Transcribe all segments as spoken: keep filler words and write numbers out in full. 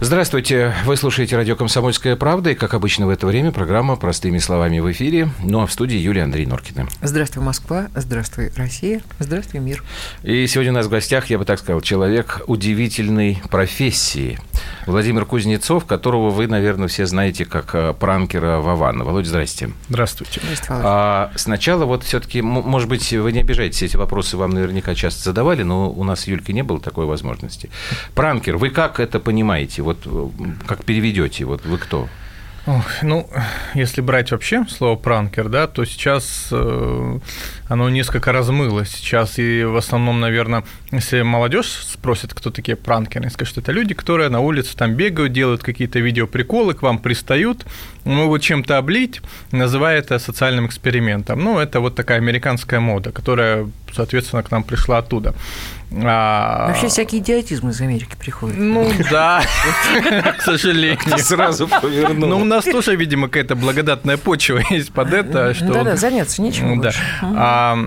Здравствуйте, вы слушаете радио «Комсомольская правда», и, как обычно в это время, программа «Простыми словами» в эфире. Ну, а в студии Юлия Андрей Норкина. Здравствуй, Москва, здравствуй, Россия, здравствуй, мир. И сегодня у нас в гостях, я бы так сказал, человек удивительной профессии. Владимир Кузнецов, которого вы, наверное, все знаете как пранкера Вована. Володя, здрасте. Здравствуйте. Здравствуйте, Володя. А сначала вот все-таки, может быть, вы не обижаетесь, эти вопросы вам наверняка часто задавали, но у нас с Юлькой не было такой возможности. Пранкер, вы как это понимаете? Вот как переведете? Вот вы кто? Ну, если брать вообще слово «пранкер», да, то сейчас э, оно несколько размылось. Сейчас и в основном, наверное, если молодежь спросит, кто такие пранкеры, скажут, что это люди, которые на улице там бегают, делают какие-то видеоприколы, к вам пристают, могут чем-то облить, называя это социальным экспериментом. Ну, это вот такая американская мода, которая, соответственно, к нам пришла оттуда. А... Вообще всякий идиотизм из Америки приходит. Ну да, к сожалению. Сразу повернул. Ну, у нас тоже, видимо, какая-то благодатная почва есть под это. Да-да, заняться нечем больше. А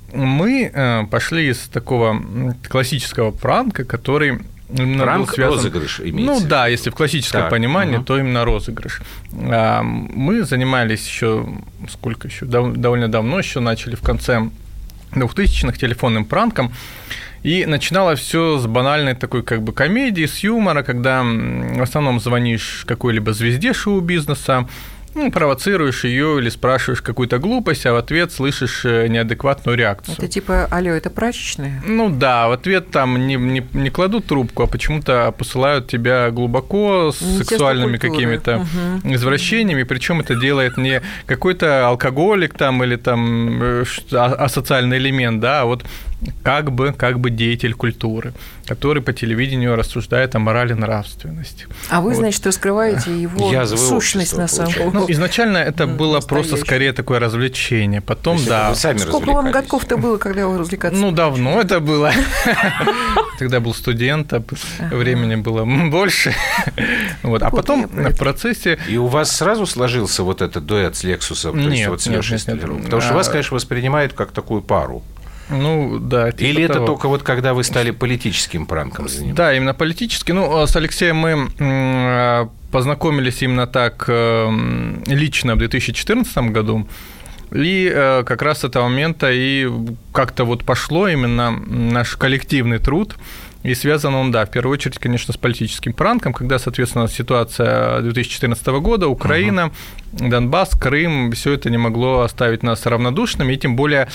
мы пошли из такого классического пранка, который... Пранк, связан... розыгрыш имеется. Ну да, если в классическом так, понимании, угу. то именно розыгрыш. Мы занимались еще, сколько еще, довольно давно еще, начали в конце двухтысячных телефонным пранком. И начиналось все с банальной такой как бы комедии, с юмора, когда в основном звонишь какой-либо звезде шоу-бизнеса, ну, провоцируешь ее или спрашиваешь какую-то глупость, а в ответ слышишь неадекватную реакцию. Это типа, алло, это прачечная? Ну да, в ответ там не, не, не кладут трубку, а почему-то посылают тебя глубоко с сексуальными какими-то угу. извращениями, причем это делает не какой-то алкоголик там или там асоциальный элемент, да, а вот как бы, как бы деятель культуры, который по телевидению рассуждает о морали и нравственности. А вы, вот. Значит, раскрываете его Язовое сущность на самом деле. Ну, изначально это было настоящее. Просто скорее такое развлечение. Потом, да. Сколько вам годков-то было, когда вы развлекались? Ну, давно это было. Тогда был студент, а времени было больше. Вот. А потом в процессе... И у вас сразу сложился вот этот дуэт с Лексусом? Нет, вот с Лешей Столяровым? Потому что вас, конечно, воспринимают как такую пару. Ну, да. Типа Или это того. только вот когда вы стали политическим пранком заниматься? Да, именно политически. Ну, с Алексеем мы познакомились именно так лично в две тысячи четырнадцатом году. И как раз с этого момента и как-то вот пошло именно наш коллективный труд. И связан он, да, в первую очередь, конечно, с политическим пранком, когда, соответственно, ситуация две тысячи четырнадцатого года, Украина, uh-huh. Донбасс, Крым, все это не могло оставить нас равнодушными, и тем более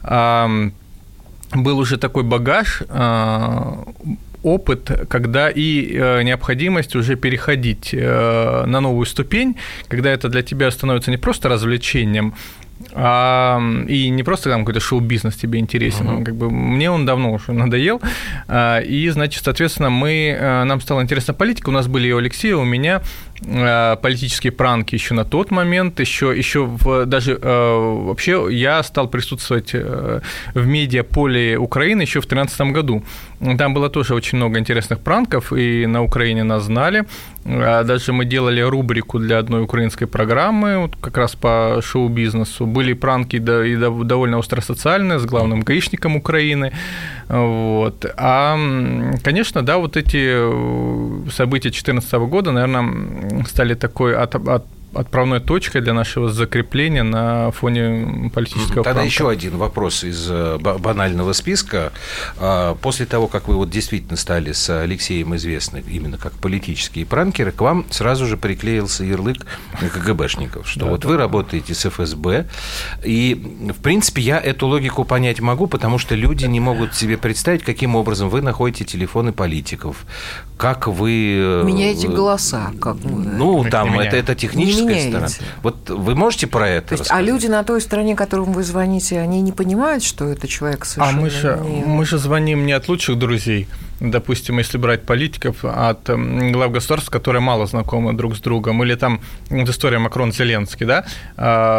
был уже такой багаж, опыт, когда и необходимость уже переходить на новую ступень, когда это для тебя становится не просто развлечением, А, и не просто там какой-то шоу-бизнес тебе интересен, uh-huh. как бы мне он давно уже надоел, и, значит, соответственно, мы, нам стала интересна политика, у нас были и у Алексея, у меня политические пранки еще на тот момент, еще, еще в, даже вообще я стал присутствовать в медиаполе Украины еще в две тысячи тринадцатом году. Там было тоже очень много интересных пранков, и на Украине нас знали. Даже мы делали рубрику для одной украинской программы, вот как раз по шоу-бизнесу. Были пранки и довольно остросоциальные с главным гаишником Украины. Вот. А, конечно, да, вот эти события две тысячи четырнадцатого года, наверное, стали такой от, от отправной точкой для нашего закрепления на фоне политического Тогда пранка. еще один вопрос из банального списка. После того, как вы вот действительно стали с Алексеем известны именно как политические пранкеры, к вам сразу же приклеился ярлык КГБшников, что да, вот да. вы работаете с эф эс бэ. И, в принципе, я эту логику понять могу, потому что люди не могут себе представить, каким образом вы находите телефоны политиков, как вы... Меняете голоса. Как вы... Ну, там, это, это техническая меняете. сторона. Вот вы можете про это То есть, рассказать? А люди на той стороне, которым вы звоните, они не понимают, что это человек совершенно... А мы же, не... мы же звоним не от лучших друзей. Допустим, если брать политиков, от глав государств, которые мало знакомы друг с другом, или там вот история Макрон-Зеленский, да?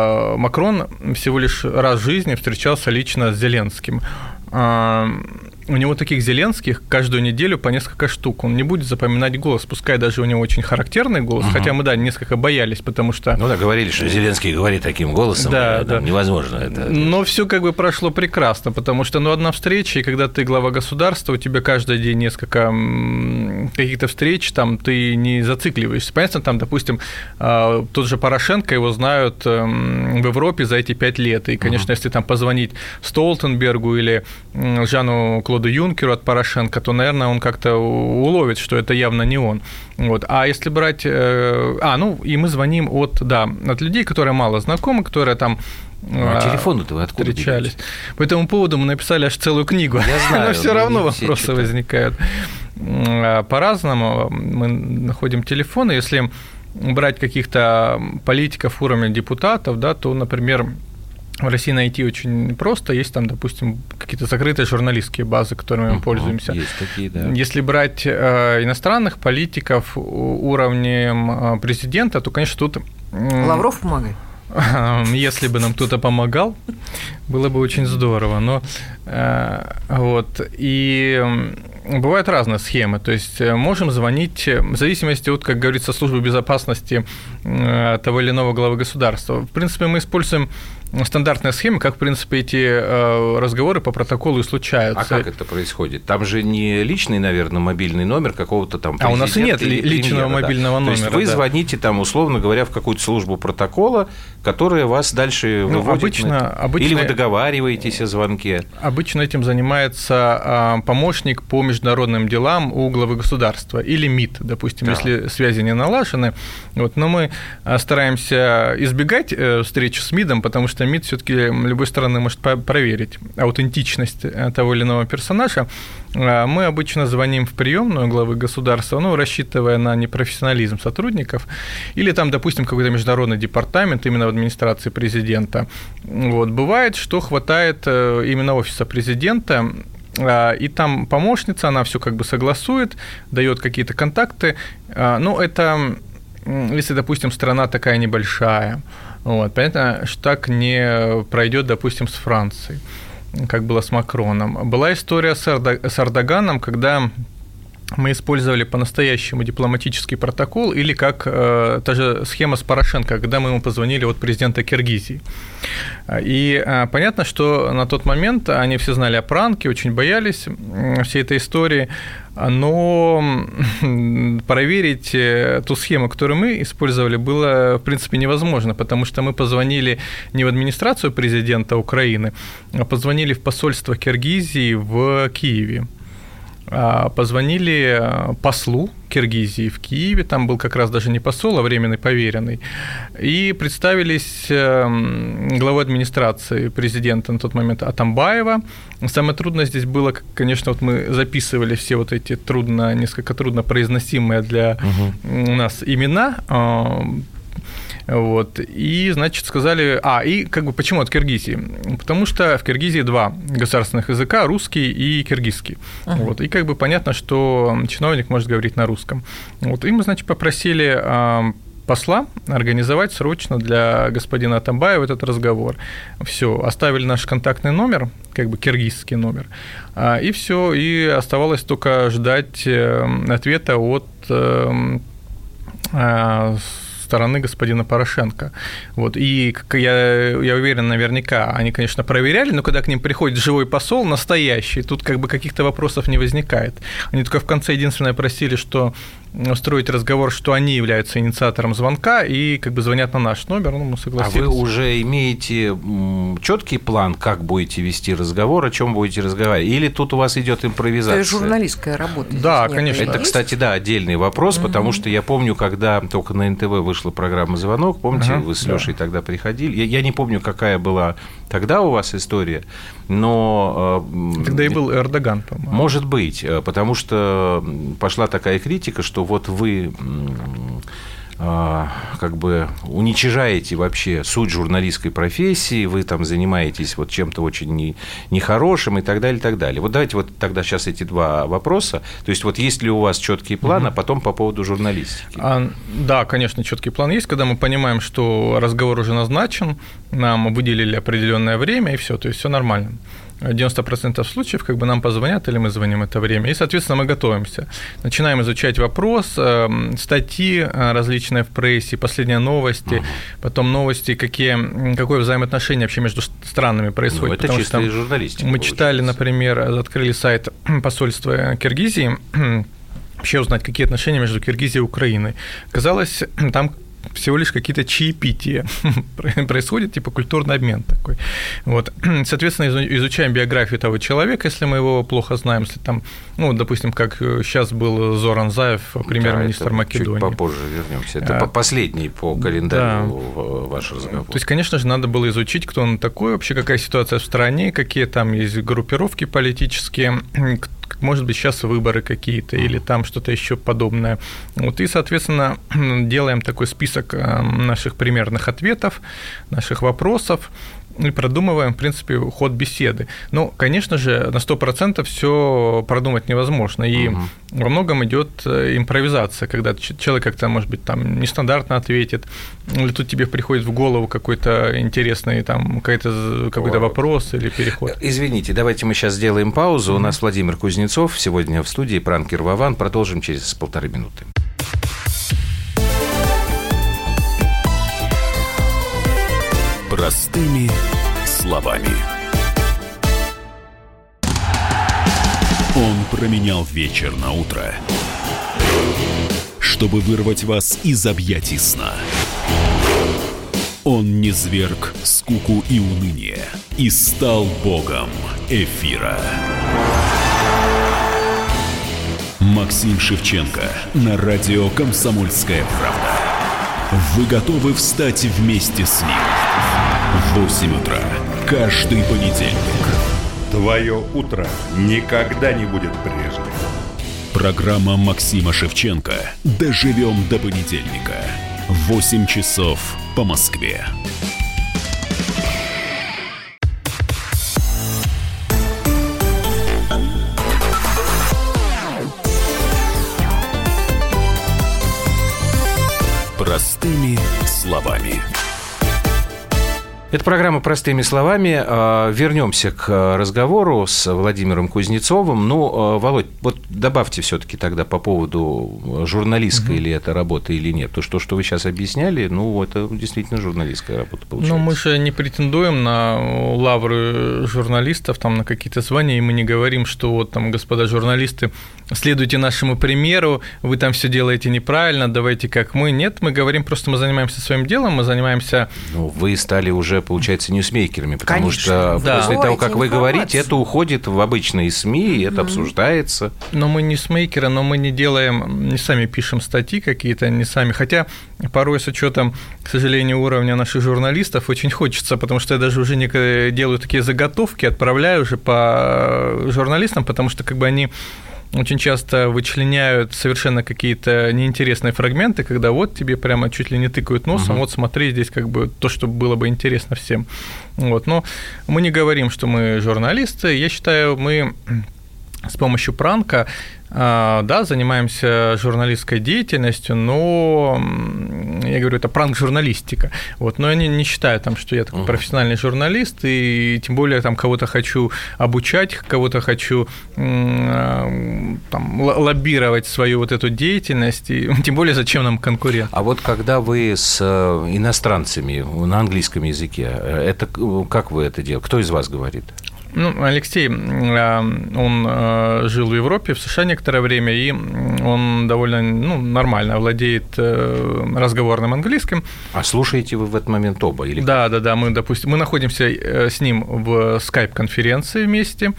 Макрон всего лишь раз в жизни встречался лично с Зеленским. у него таких Зеленских каждую неделю по несколько штук. Он не будет запоминать голос, пускай даже у него очень характерный голос, угу. хотя мы, да, несколько боялись, потому что... Ну да, говорили, что Зеленский говорит таким голосом, да, да. невозможно это. Но все как бы прошло прекрасно, потому что, ну, одна встреча, и когда ты глава государства, у тебя каждый день несколько каких-то встреч, там ты не зацикливаешься. Понятно, там, допустим, тот же Порошенко, его знают в Европе за эти пять лет, и, конечно, угу. если там позвонить Столтенбергу или Жану Клоду Юнкеру от Порошенко, то, наверное, он как-то уловит, что это явно не он. Вот. А если брать... А, ну, и мы звоним от, да, от людей, которые мало знакомы, которые там... А телефоны-то вы откуда встречались. Берете? По этому поводу мы написали аж целую книгу. Я знаю, но все равно вопросы возникают. По-разному мы находим телефоны. Если брать каких-то политиков уровня депутатов, да, то, например, в России найти очень просто. Есть там, допустим, какие-то закрытые журналистские базы, которыми мы uh-huh, пользуемся. Есть такие, да. Если брать иностранных политиков уровнем президента, то, конечно, тут... Лавров помогает. Если бы нам кто-то помогал, было бы очень здорово. Но вот, и бывают разные схемы. То есть можем звонить в зависимости от, как говорится, службы безопасности того или иного главы государства. В принципе, мы используем стандартная схема, как, в принципе, эти разговоры по протоколу и случаются. А как это происходит? Там же не личный, наверное, мобильный номер какого-то там президента. А у нас и нет личного премьера, мобильного да. номера. То есть вы да. звоните там, условно говоря, в какую-то службу протокола, которая вас дальше ну, выводит обычно, на... обычно, Или вы договариваетесь о звонке? Обычно этим занимается помощник по международным делам у главы государства или МИД, допустим, да. если связи не налажены. Вот, но мы стараемся избегать встречи с МИДом, потому что МИД все-таки любой стороны может проверить аутентичность того или иного персонажа. Мы обычно звоним в приемную главы государства, ну, рассчитывая на непрофессионализм сотрудников, или там, допустим, какой-то международный департамент именно в администрации президента. Вот. Бывает, что хватает именно офиса президента, и там помощница, она все как бы согласует, дает какие-то контакты. Ну, это, если, допустим, страна такая небольшая, вот, понятно, что так не пройдет, допустим, с Францией, как было с Макроном. Была история с Эрдоганом, когда мы использовали по-настоящему дипломатический протокол, или как э, та же схема с Порошенко, когда мы ему позвонили от президента Киргизии. И э, понятно, что на тот момент они все знали о пранке, очень боялись всей этой истории, но проверить ту схему, которую мы использовали, было, в принципе, невозможно, потому что мы позвонили не в администрацию президента Украины, а позвонили в посольство Киргизии в Киеве. Позвонили послу Киргизии в Киеве, там был как раз даже не посол, а временный поверенный, и представились главой администрации президента на тот момент Атамбаева. Самое трудное здесь было, конечно, вот мы записывали все вот эти трудно, несколько трудно произносимые для угу. нас имена. Вот. И, значит, сказали... А, и как бы почему от Киргизии? Потому что в Киргизии два государственных языка, русский и киргизский. Uh-huh. Вот. И как бы понятно, что чиновник может говорить на русском. Вот. И мы, значит, попросили посла организовать срочно для господина Атамбаева этот разговор. Все, оставили наш контактный номер, как бы киргизский номер, и все, и оставалось только ждать ответа от стороны господина Порошенко. Вот. И я, я уверен, наверняка, они, конечно, проверяли, но когда к ним приходит живой посол, настоящий, тут как бы каких-то вопросов не возникает. Они только в конце единственное просили, что устроить разговор, что они являются инициатором звонка, и как бы звонят на наш номер, ну, мы согласились. А вы уже имеете четкий план, как будете вести разговор, о чем будете разговаривать? Или тут у вас идет импровизация? Это журналистская работа. Да, конечно. Это, кстати, да, отдельный вопрос, угу. потому что я помню, когда только на эн тэ вэ вышла программа «Звонок», помните, ага, вы с Лёшей да. тогда приходили, я, я не помню, какая была тогда у вас история, но... Тогда и был Эрдоган, по-моему. Может быть, потому что пошла такая критика, что вот вы как бы уничижаете вообще суть журналистской профессии, вы там занимаетесь вот чем-то очень не, нехорошим и так далее, и так далее. Вот давайте вот тогда сейчас эти два вопроса. То есть вот есть ли у вас четкий план, mm-hmm. а потом по поводу журналистики? А, да, конечно, четкий план есть, когда мы понимаем, что разговор уже назначен, нам выделили определенное время, и все, то есть все нормально. девяносто процентов случаев как бы нам позвонят или мы звоним в это время, и, соответственно, мы готовимся. Начинаем изучать вопрос, статьи различные в прессе, последние новости, uh-huh. потом новости, какие, какое взаимоотношение вообще между странами происходит. Ну, это потому чистая что журналистика. Мы получается. читали, например, открыли сайт посольства Киргизии, вообще узнать, какие отношения между Киргизией и Украиной. Оказалось, там всего лишь какие-то чаепития происходит, типа культурный обмен такой. Вот. Соответственно, изучаем биографию того человека, если мы его плохо знаем, если там, ну, допустим, как сейчас был Зоран Заев, премьер-министр да, Македонии. Чуть попозже вернемся. Это а, последний по календарю да. ваш разговор. То есть, конечно же, надо было изучить, кто он такой, вообще какая ситуация в стране, какие там есть группировки политические, может быть, сейчас выборы какие-то или там что-то еще подобное. Вот, и, соответственно, делаем такой список наших примерных ответов, наших вопросов и продумываем, в принципе, ход беседы. Ну, конечно же, на сто процентов все продумать невозможно, и угу. во многом идет импровизация, когда человек как-то, может быть, там нестандартно ответит, или тут тебе приходит в голову какой-то интересный там какой-то, какой-то вопрос или переход. Извините, давайте мы сейчас сделаем паузу. У нас Владимир Кузнецов сегодня в студии, пранкер Вован. Продолжим через полторы минуты. Простыми словами. Он променял вечер на утро, чтобы вырвать вас из объятий сна. Он низвергг скуку и уныние и стал богом эфира. Максим Шевченко на радио «Комсомольская правда». Вы готовы встать вместе с ним? В восемь утра каждый понедельник. Твое утро никогда не будет прежним. Программа Максима Шевченко «Доживем до понедельника». восемь часов по Москве. Простыми словами. Это программа «Простыми словами». Вернемся к разговору с Владимиром Кузнецовым. Ну, Володь, вот добавьте все-таки тогда по поводу журналистской угу. ли это работа или нет. То, что, что вы сейчас объясняли, ну, это действительно журналистская работа получается. Ну, мы же не претендуем на лавры журналистов, там, на какие-то звания, и мы не говорим, что вот там, господа журналисты, следуйте нашему примеру, вы там все делаете неправильно, давайте как мы. Нет, мы говорим, просто мы занимаемся своим делом, мы занимаемся... Ну, вы стали уже, получается, ньюсмейкерами, потому Конечно. что да. после Ой, того, как вы говорите, это уходит в обычные СМИ, и это mm-hmm. обсуждается. Но мы ньюсмейкеры, но мы не делаем, не сами пишем статьи какие-то, не сами. Хотя порой с учетом, к сожалению, уровня наших журналистов очень хочется, потому что я даже уже некое делаю такие заготовки, отправляю уже по журналистам, потому что как бы они... очень часто вычленяют совершенно какие-то неинтересные фрагменты, когда вот тебе прямо чуть ли не тыкают носом, uh-huh. вот смотри, здесь как бы то, что было бы интересно всем. Вот. Но мы не говорим, что мы журналисты. Я считаю, мы с помощью пранка, да, занимаемся журналистской деятельностью, но, я говорю, это пранк-журналистика. Вот, но я не, не считаю, там, что я такой uh-huh. профессиональный журналист, и тем более там, кого-то хочу обучать, кого-то хочу там, лоббировать свою вот эту деятельность, и тем более зачем нам конкурент. А вот когда вы с иностранцами на английском языке, это как вы это делаете? Кто из вас говорит? Ну, Алексей, он жил в Европе, в США некоторое время, и он довольно ну, нормально владеет разговорным английским. А слушаете вы в этот момент оба? Или да, да, да. Мы, допустим, мы находимся с ним в скайп-конференции вместе.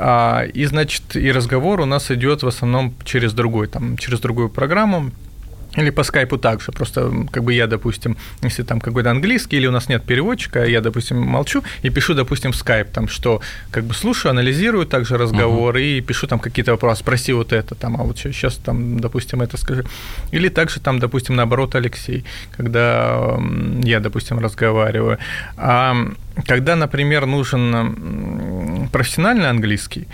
И, значит, и разговор у нас идет в основном через другой, там, через другую программу. Или по скайпу также, просто как бы я, допустим, если там какой-то английский или у нас нет переводчика, я, допустим, молчу и пишу, допустим, в скайп, там, что как бы слушаю, анализирую также разговор uh-huh. и пишу там какие-то вопросы, спроси вот это, там, а вот сейчас там, допустим, это скажи. Или также там, допустим, наоборот, Алексей, когда я, допустим, разговариваю. А когда, например, нужен профессиональный английский,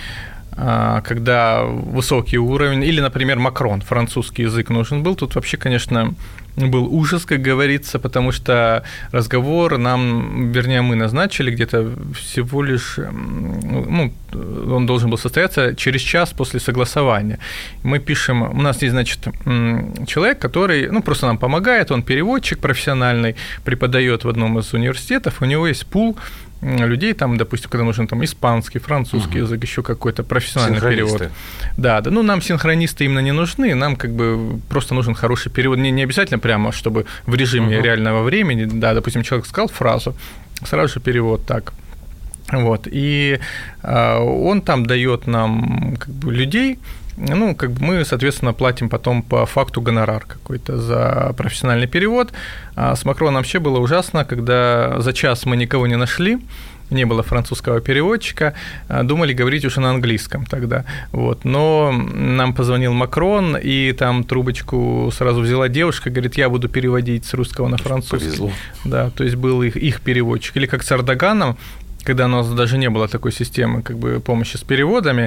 когда высокий уровень, или, например, Макрон, французский язык нужен был, тут вообще, конечно, был ужас, как говорится, потому что разговор нам, вернее, мы назначили где-то всего лишь, ну, он должен был состояться через час после согласования. Мы пишем, у нас есть, значит, человек, который, ну, просто нам помогает, он переводчик профессиональный, преподает в одном из университетов, у него есть пул людей, там, допустим, когда нужен там испанский, французский угу. язык, еще какой-то профессиональный перевод. Да, да, ну нам синхронисты именно не нужны, нам как бы просто нужен хороший перевод. Не, не обязательно прямо, чтобы в режиме угу. реального времени, да, допустим, человек сказал фразу, сразу же перевод так. Вот, и э, он там дает нам как бы людей, ну, как бы мы, соответственно, платим потом по факту гонорар какой-то за профессиональный перевод. А с Макроном вообще было ужасно, когда за час мы никого не нашли, не было французского переводчика, думали говорить уже на английском тогда. Вот. Но нам позвонил Макрон, и там трубочку сразу взяла девушка, говорит, я буду переводить с русского на французский. Повезло. Да, то есть был их, их переводчик. Или как с Эрдоганом, когда у нас даже не было такой системы как бы помощи с переводами,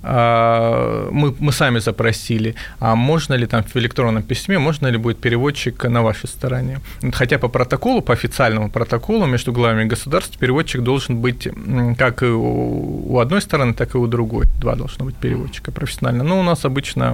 мы, мы сами запросили, а можно ли там в электронном письме, можно ли будет переводчик на вашей стороне. Хотя по протоколу, по официальному протоколу между главами государств переводчик должен быть как и у одной стороны, так и у другой. Два должно быть переводчика профессионально. Но у нас обычно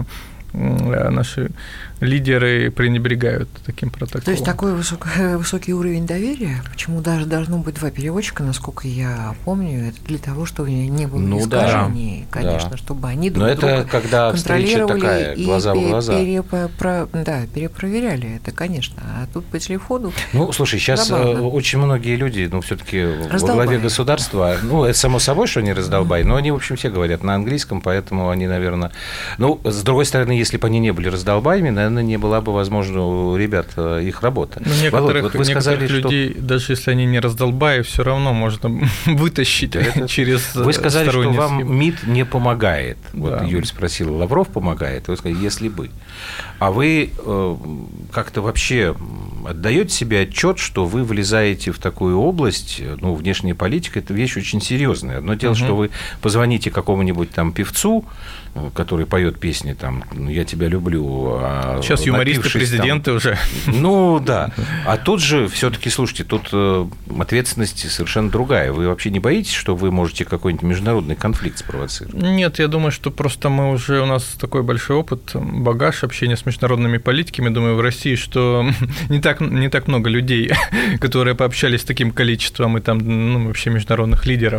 наши лидеры пренебрегают таким протоколом. То есть такой высокий, высокий уровень доверия, почему даже должно быть два переводчика, насколько я помню, это для того, чтобы не было ну, искажений, да, конечно, да. чтобы они друг Но друга это когда встреча такая, глаза в глаза. Перепро... Да, перепроверяли это, конечно, а тут по телефону. Ну, слушай, сейчас забавно. Очень многие люди, ну, все-таки во главе государства, ну, это само собой, что они раздолбай, но они, в общем, все говорят на английском, поэтому они, наверное, ну, с другой стороны, если бы они не были раздолбаями, наверное, не была бы, возможно, у ребят их работа. Но некоторых, Володь, вот вы сказали, людей, что... даже если они не раздолбаи, все равно можно вытащить это... через Вы сказали, что вам схему. МИД не помогает. Да. Вот Юль спросила, Лавров помогает? Вы сказали, если бы. А вы как-то вообще отдаете себе отчет, что вы влезаете в такую область, ну, внешняя политика – это вещь очень серьезная. Одно дело, угу. что вы позвоните какому-нибудь там певцу, который поет песни там «Я тебя люблю». А сейчас юмористы, президенты там, уже. Ну да. А тут же все-таки, слушайте, тут ответственность совершенно другая. Вы вообще не боитесь, что вы можете какой-нибудь международный конфликт спровоцировать? Нет, я думаю, что просто мы уже, у нас такой большой опыт, багаж общения с международными политиками, думаю, в России, что не так, не так много людей, которые пообщались с таким количеством и там, ну, вообще международных лидеров.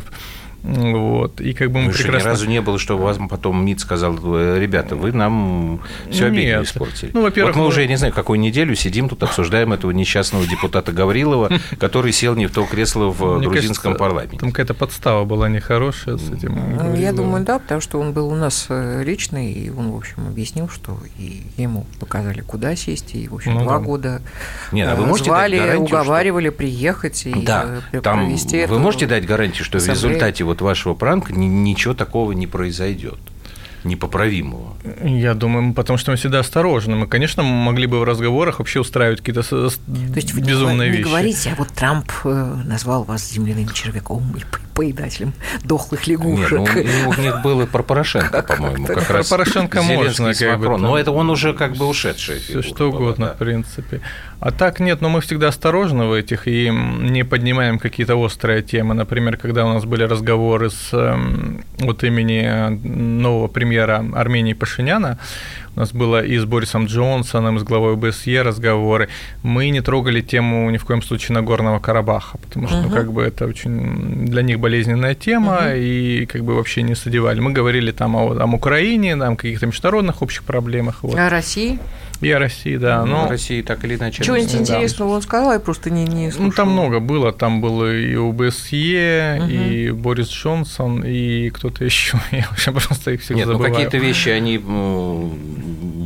Вот. И как бы мы ну, прекрасно... Ни разу не было, что вас потом МИД сказал, ребята, вы нам все обидели, испортили. Ну, во-первых, вот мы, мы уже, я не знаю, какую неделю сидим тут, обсуждаем этого несчастного депутата Гаврилова, который сел не в то кресло в Мне грузинском кажется, парламенте. Там какая-то подстава была нехорошая с этим Гавриловым. Я думаю, да, потому что он был у нас лично, и он, в общем, объяснил, что и ему показали, куда сесть, и, в общем, ну, два да. года Нет, а вы можете звали, дать гарантию, уговаривали что... приехать и да, там провести вы можете дать гарантию, что ассамблею. В результате вот вашего пранка ничего такого не произойдет, непоправимого? Я думаю, потому что мы всегда осторожны. Мы, конечно, могли бы в разговорах вообще устраивать какие-то То есть вы безумные не вещи. Не говорите, а вот Трамп назвал вас земляным червяком или поедателем дохлых лягушек. Нет, ну, у них был и про Порошенко, по-моему. Как про раз Порошенко можно. Как бы, но это он уже как бы ушедший. Все что угодно, да. в принципе. А так нет, но мы всегда осторожны в этих и не поднимаем какие-то острые темы. Например, когда у нас были разговоры с вот имени нового премьера Армении Пашиняна, у нас было и с Борисом Джонсоном, и с главой ОБСЕ разговоры. Мы не трогали тему ни в коем случае Нагорного Карабаха, потому что, uh-huh. ну, как бы это очень для них болезненная тема, uh-huh. и как бы вообще не задевали. Мы говорили там о, о Украине, там, о каких-то международных общих проблемах. Вот. О России? И о России, да. Ну, но... о России так или иначе. Чего-нибудь да. интересного он сказал, я просто не, не слушала. Ну, там много было. Там было и ОБСЕ, угу. и Борис Джонсон, и кто-то еще. Я вообще просто их всех Нет, забываю. Ну, какие-то вещи, они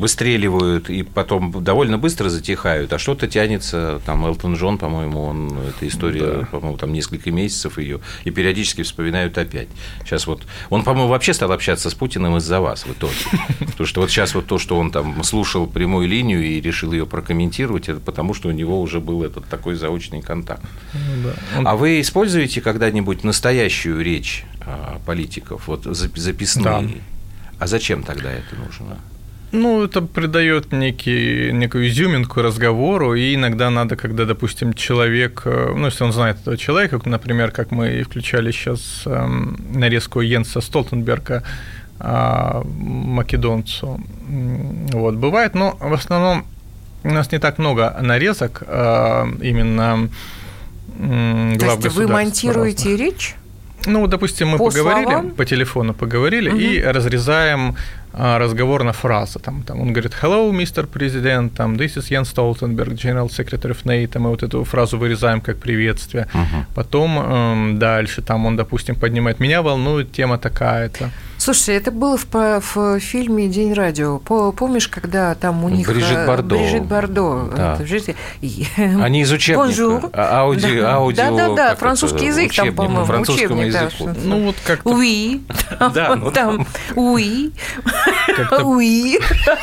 выстреливают и потом довольно быстро затихают, а что-то тянется, там Элтон Джон, по-моему, он, эта история, да. по-моему, там несколько месяцев ее, и периодически вспоминают опять. Сейчас вот, он, по-моему, вообще стал общаться с Путиным из-за вас в итоге, потому что вот сейчас вот то, что он там слушал прямую линию и решил ее прокомментировать, это потому, что у него уже был этот такой заочный контакт. Да. Он... А вы используете когда-нибудь настоящую речь политиков, вот записные? Да. А зачем тогда это нужно? Ну, это придает некий, некую изюминку разговору, и иногда надо, когда, допустим, человек, ну, если он знает этого человека, например, как мы включали сейчас нарезку Йенса Столтенберга, македонцу, вот, бывает, но в основном у нас не так много нарезок именно глав государств. То есть вы монтируете разных. Речь? Ну, допустим, мы по поговорили, словам? по телефону поговорили, угу. и разрезаем разговор на фразы. Там, там, он говорит «Hello, мистер Президент», там, «This is Jens Stoltenberg, General Secretary of NATO», мы вот эту фразу вырезаем как приветствие. Угу. Потом эм, дальше, там, он, допустим, поднимает «Меня волнует тема такая-то». Слушай, это было в, в фильме «День радио». Помнишь, когда там у них... Брижит Бардо. Брижит Бардо. Да. Это, и... Они из учебника. Ауди, да, аудио, да, да, да, французский язык учебник, там, по-моему, французскому учебник, языку. Да, ну, вот как-то... Oui. Да, ну, там oui. Oui.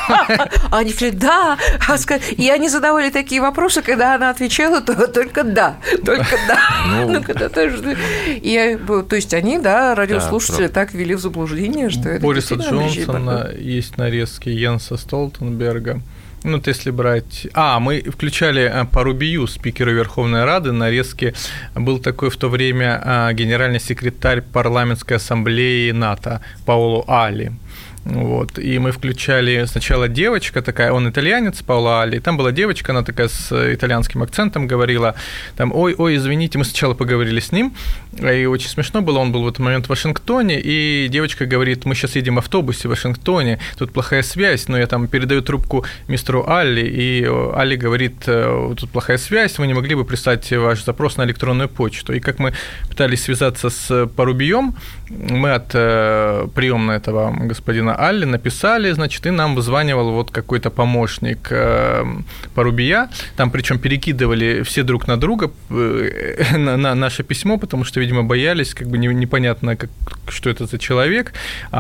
Они говорят, да. И они задавали такие вопросы, когда она отвечала, то только да. Только да. Ну, когда тоже... То есть они, да, радиослушатели так ввели в заблуждение, что это Бориса Джонсона есть нарезки Йенса Столтенберга. Ну, вот если брать... А, мы включали по Рубию, спикеру Верховной Рады, нарезки. Был такой в то время генеральный секретарь парламентской ассамблеи НАТО Паоло Али. Вот. И мы включали сначала девочка такая, он итальянец, Паоло Али, там была девочка, она такая с итальянским акцентом говорила, там, ой, ой, извините, мы сначала поговорили с ним, и очень смешно было, он был в этот момент в Вашингтоне, и девочка говорит, мы сейчас едем в автобусе в Вашингтоне, тут плохая связь, но я там передаю трубку мистеру Алли, и Алли говорит, тут плохая связь, вы не могли бы прислать ваш запрос на электронную почту. И как мы пытались связаться с Порубием, мы от приемного этого господина Алли написали, значит, и нам вызванивал вот какой-то помощник Порубия, там причем перекидывали все друг на друга на, на наше письмо, потому что, видимо, боялись, как бы непонятно, как, что это за человек,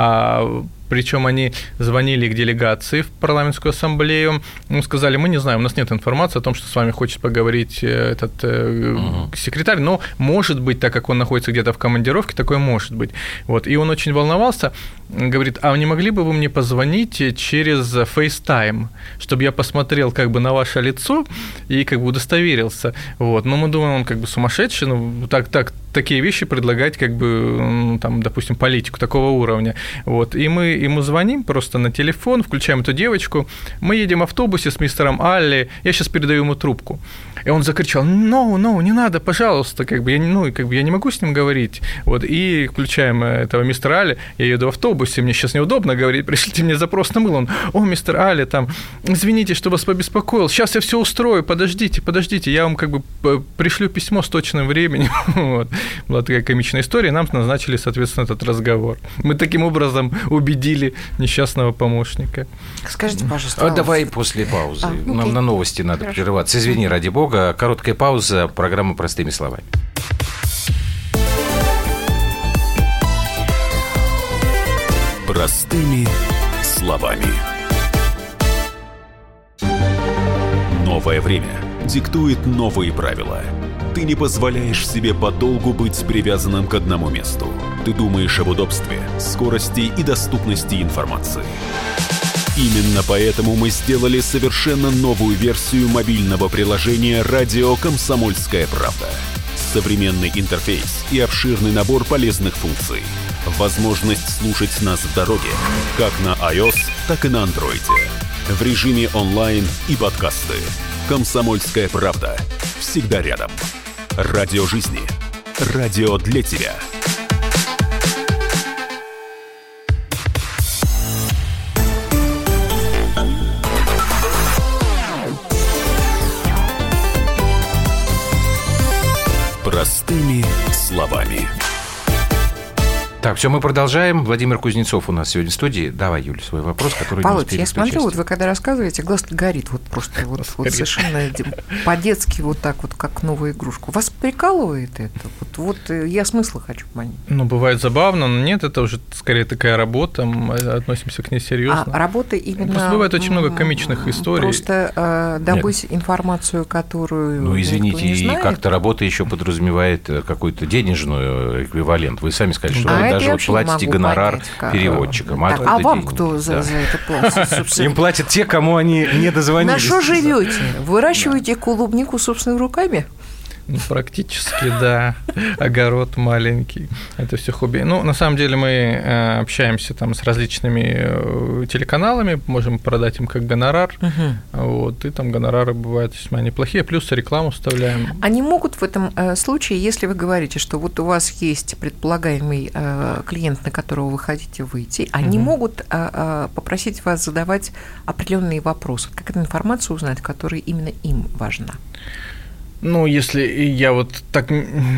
а причем они звонили к делегации в парламентскую ассамблею, ну, сказали, мы не знаем, у нас нет информации о том, что с вами хочет поговорить этот uh-huh. секретарь, но может быть, так как он находится где-то в командировке, такое может быть. Вот. И он очень волновался, говорит, а не могли бы вы мне позвонить через FaceTime, чтобы я посмотрел как бы на ваше лицо и как бы удостоверился. Вот. Но мы думаем, он как бы сумасшедший, ну, так, так, такие вещи предлагать, как бы, там, допустим, политику такого уровня. Вот. И мы ему звоним просто на телефон, включаем эту девочку, мы едем в автобусе с мистером Алли, я сейчас передаю ему трубку. И он закричал, no, no, не надо, пожалуйста, как бы я, ну, как бы я не могу с ним говорить. Вот. И включаем этого мистера Алли, я еду в автобусе, мне сейчас неудобно говорить, пришлите мне запрос на мыл. Он, о, мистер Алли, там, извините, что вас побеспокоил, сейчас я все устрою, подождите, подождите, я вам как бы пришлю письмо с точным временем. Вот. Была такая комичная история, и нам назначили, соответственно, этот разговор. Мы таким образом убедили несчастного помощника. Скажите, пожалуйста. А давай после паузы. А, Нам окей. на новости надо Хорошо. прерываться. Извини, ради бога. Короткая пауза. Программа «Простыми словами». Простыми словами. Новое время диктует новые правила. Ты не позволяешь себе подолгу быть привязанным к одному месту. Ты думаешь об удобстве, скорости и доступности информации. Именно поэтому мы сделали совершенно новую версию мобильного приложения «Радио Комсомольская правда». Современный интерфейс и обширный набор полезных функций. Возможность слушать нас в дороге, как на iOS, так и на Android. В режиме онлайн и подкасты. «Комсомольская правда». Всегда рядом. Радио жизни. Радио для тебя. Простыми словами. Так, все, мы продолжаем. Владимир Кузнецов у нас сегодня в студии. Давай, Юля, свой вопрос, который Володь, не успели я смотрю, прочесть. вот вы когда рассказываете, глаз горит, вот просто вот, вот совершенно по-детски вот так вот, как новую игрушку. Вас прикалывает это? Вот, вот я смысла хочу понять. Ну, бывает забавно, но нет, это уже скорее такая работа, мы относимся к ней серьезно. А работа именно... Просто бывает очень много комичных историй. Просто э, добыть нет. информацию, которую... Ну, извините, не и знает. Как-то работа еще подразумевает какой-то денежную эквивалент. Вы сами сказали, что а вы даже вот платите гонорар понять, переводчикам. А, а вам деньги? кто за, да. за это платит, собственно? Им платят те, кому они не дозвонились. На что живете? Выращиваете клубнику собственными руками? Ну, практически, да. Огород маленький. Это все хобби. Ну, на самом деле мы общаемся там с различными телеканалами, можем продать им как гонорар. Угу. Вот, и там гонорары бывают весьма неплохие, плюс рекламу вставляем. Они могут в этом случае, если вы говорите, что вот у вас есть предполагаемый клиент, на которого вы хотите выйти, они угу. могут попросить вас задавать определенные вопросы. Как эту информацию узнать, которая именно им важна? Ну, если я вот так,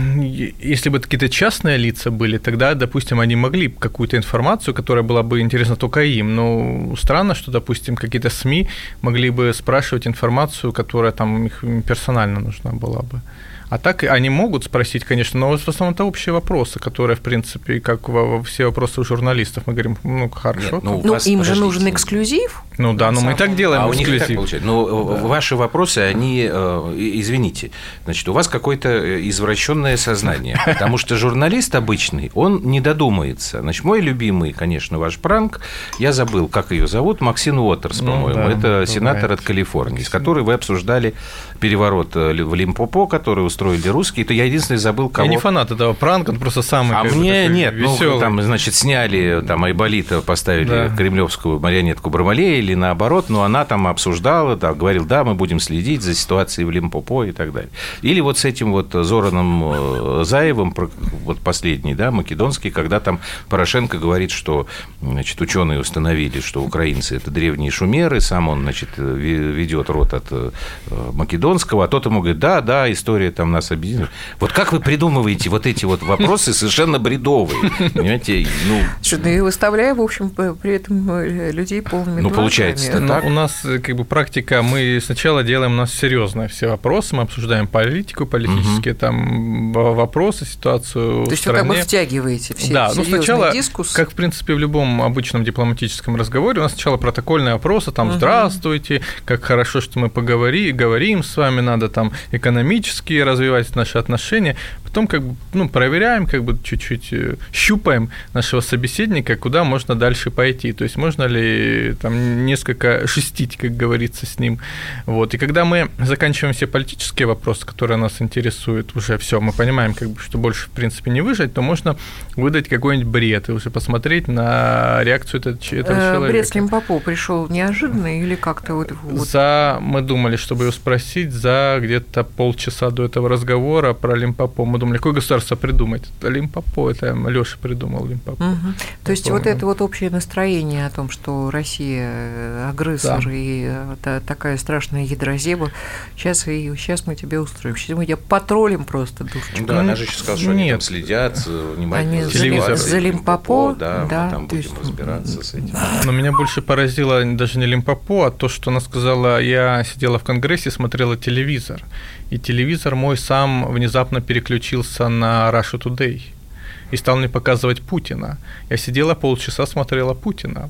если бы какие-то частные лица были, тогда, допустим, они могли какую-то информацию, которая была бы интересна только им. Но странно, что, допустим, какие-то СМИ могли бы спрашивать информацию, которая там их персонально нужна была бы. А так они могут спросить, конечно, но в основном это общие вопросы, которые, в принципе, как во все вопросы у журналистов. Мы говорим, ну, хорошо. Нет, ну, ну вас, им же нужен эксклюзив. Ну да, но мы и так делаем а эксклюзив. У них так получается. Ну, да. Ваши вопросы, они, извините, значит, у вас какое-то извращенное сознание, потому что журналист обычный, он не додумается. Значит, мой любимый, конечно, ваш пранк, я забыл, как ее зовут, Максин Уотерс, по-моему, ну, да, это сенатор бывает. От Калифорнии, с которой вы обсуждали переворот в Лимпопо, который устроили русские, то я единственный забыл, кого... Я не фанат этого пранка, он просто самый а мне нет, веселый. Ну, там, значит, сняли, там, Айболита, поставили да. кремлевскую марионетку Бармалея или наоборот, но она там обсуждала, да, говорил, да, мы будем следить за ситуацией в Лимпопо и так далее. Или вот с этим вот Зораном Заевым, вот последний, да, македонский, когда там Порошенко говорит, что, значит, ученые установили, что украинцы – это древние шумеры, сам он, значит, ведет род от македонского, а тот ему говорит, да, да, история там нас объединяет. Вот как вы придумываете вот эти вот вопросы совершенно бредовые, понимаете? Ну, что-то и выставляя, в общем, при этом людей полными ну, получается, так. У нас как бы практика, мы сначала делаем у нас серьезные все вопросы, мы обсуждаем политику, политические угу. там вопросы, ситуацию То в есть стране. вы как бы втягиваете все да, ну, сначала, дискуссы. Как, в принципе, в любом обычном дипломатическом разговоре, у нас сначала протокольные вопросы, там, угу. здравствуйте, как хорошо, что мы поговорим, говорим с вами, надо там экономически развивать наши отношения, потом как бы, ну, проверяем, как бы чуть-чуть щупаем нашего собеседника, куда можно дальше пойти, то есть можно ли там несколько шестить, как говорится, с ним. Вот. И когда мы заканчиваем все политические вопросы, которые нас интересуют, уже все, мы понимаем, как бы, что больше, в принципе, не выжать, то можно выдать какой-нибудь бред и уже посмотреть на реакцию этого, этого э, человека. Бред с Лимпопо пришел неожиданно или как-то вот... За, мы думали, чтобы его спросить, за где-то полчаса до этого разговора про Лимпопо. Мы думали, какое государство придумать? Это Лимпопо, это Лёша придумал Лимпопо. Угу. То есть вот это вот общее настроение о том, что Россия агрессор да. и это такая страшная ядрозеба, сейчас, и, сейчас мы тебя устроим, сейчас мы тебя потроллим просто, душечку. Да, ну, она же еще сказала, что нет. Они там следят, внимательно телевизор за Лимпопо, да, да, мы там будем есть... разбираться с этим. Но меня больше поразило даже не Лимпопо, а то, что она сказала, я сидела в Конгрессе, смотрела телевизор, и телевизор мой сам внезапно переключился на Russia Today и стал мне показывать Путина. Я сидела полчаса, смотрела Путина.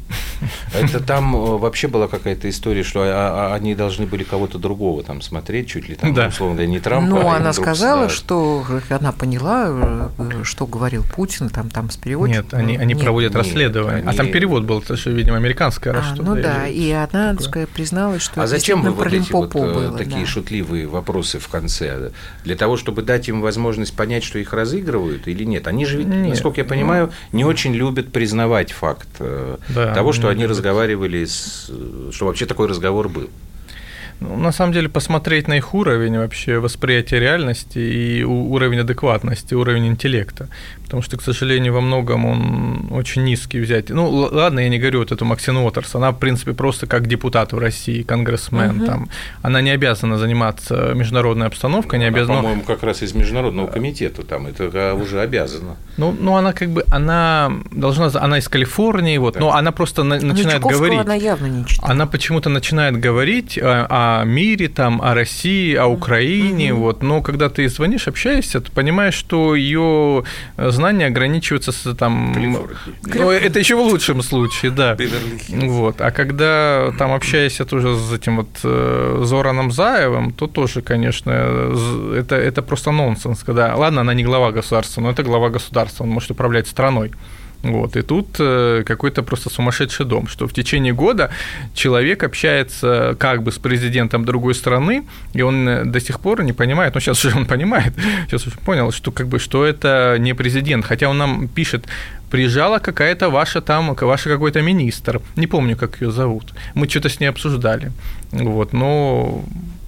Это там вообще была какая-то история, что они должны были кого-то другого там смотреть, чуть ли там, да. условно, не Трампа. Ну, а она сказала, да. что она поняла, что говорил Путин, там, там с переводчиком. Нет, они, они нет, проводят нет, расследование. Они... А там перевод был, это же, видимо, американская а, Ну да, да, и она такое. призналась, что а зачем вы вот эти вот было, такие да. шутливые вопросы в конце? Для того, чтобы дать им возможность понять, что их разыгрывают или нет? Они же ведь, нет, насколько я понимаю, ну... не очень любят признавать факт да, того, что они разговаривали, с... что вообще такой разговор был. Ну, на самом деле, посмотреть на их уровень вообще восприятия реальности и уровень адекватности, уровень интеллекта. Потому что, к сожалению, во многом он очень низкий взять. Ну, ладно, я не говорю вот эту Максин Уотерс, она, в принципе, просто как депутат в России, конгрессмен. Uh-huh. Там, она не обязана заниматься международной обстановкой, не она, обязана... по-моему, как раз из Международного комитета там, это уже обязана. Ну, ну, она как бы, она должна, она из Калифорнии, вот, да. но она просто на, начинает говорить. Она явно не читала. Она почему-то начинает говорить о, о мире, там, о России, о Украине, uh-huh. вот, но когда ты звонишь, общаешься, ты понимаешь, что ее знания ограничиваются с, там, ну, это еще в лучшем случае, да. Вот, а когда там общаешься тоже с этим вот Зораном Заевым, то тоже, конечно, это, это просто нонсенс, когда, ладно, она не глава государства, но это глава государства, он может управлять страной. Вот, и тут какой-то просто сумасшедший дом, что в течение года человек общается как бы с президентом другой страны, и он до сих пор не понимает, ну, сейчас уже он понимает, сейчас уже понял, что, как бы, что это не президент, хотя он нам пишет, приезжала какая-то ваша там, ваш какой-то министр, не помню, как ее зовут, мы что-то с ней обсуждали, вот, но...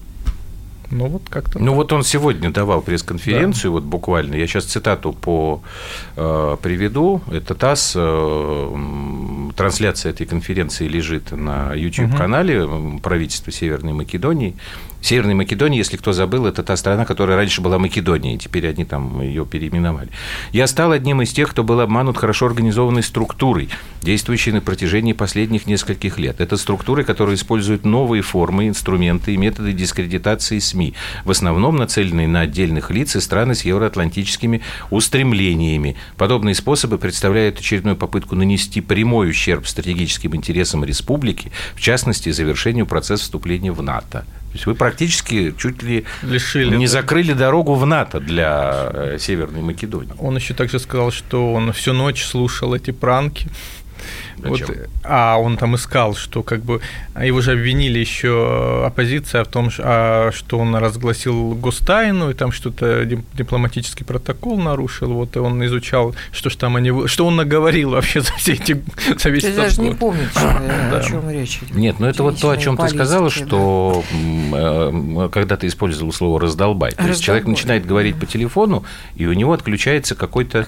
Ну, вот как-то. Ну, так. Вот он сегодня давал пресс-конференцию, да. вот буквально, я сейчас цитату по, э, приведу, это ТАСС, э, трансляция этой конференции лежит на YouTube-канале угу. правительства Северной Македонии. Северной Македонии, если кто забыл, это та страна, которая раньше была Македонией, теперь они там ее переименовали. Я стал одним из тех, кто был обманут хорошо организованной структурой, действующей на протяжении последних нескольких лет. Это структуры, которые используют новые формы, инструменты и методы дискредитации СМИ, в основном нацеленные на отдельных лиц и страны с евроатлантическими устремлениями. Подобные способы представляют очередную попытку нанести прямой ущерб стратегическим интересам республики, в частности, завершению процесса вступления в НАТО. То есть вы практически чуть ли лишили, не да. закрыли дорогу в НАТО для Северной Македонии. Он еще также сказал, что он всю ночь слушал эти пранки. Вот, а он там искал, что как бы его же обвинили еще оппозиция в том, что он разгласил гостайну и там что-то дипломатический протокол нарушил. Вот и он изучал, что ж там они, что он наговорил вообще за все эти за весь ты даже не помнишь, да. о чем речь. Нет, ну это вот то, о чем ты сказала, что да. когда ты использовал слово раздолбай, то есть человек начинает говорить по телефону, и у него отключается какой-то,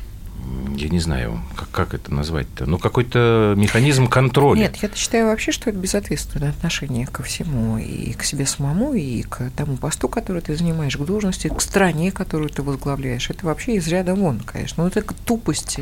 я не знаю, как, как это назвать-то, ну, какой-то механизм контроля. Нет, я считаю вообще, что это безответственное отношение ко всему, и к себе самому, и к тому посту, который ты занимаешь, к должности, к стране, которую ты возглавляешь. Это вообще из ряда вон, конечно. Ну, это тупость,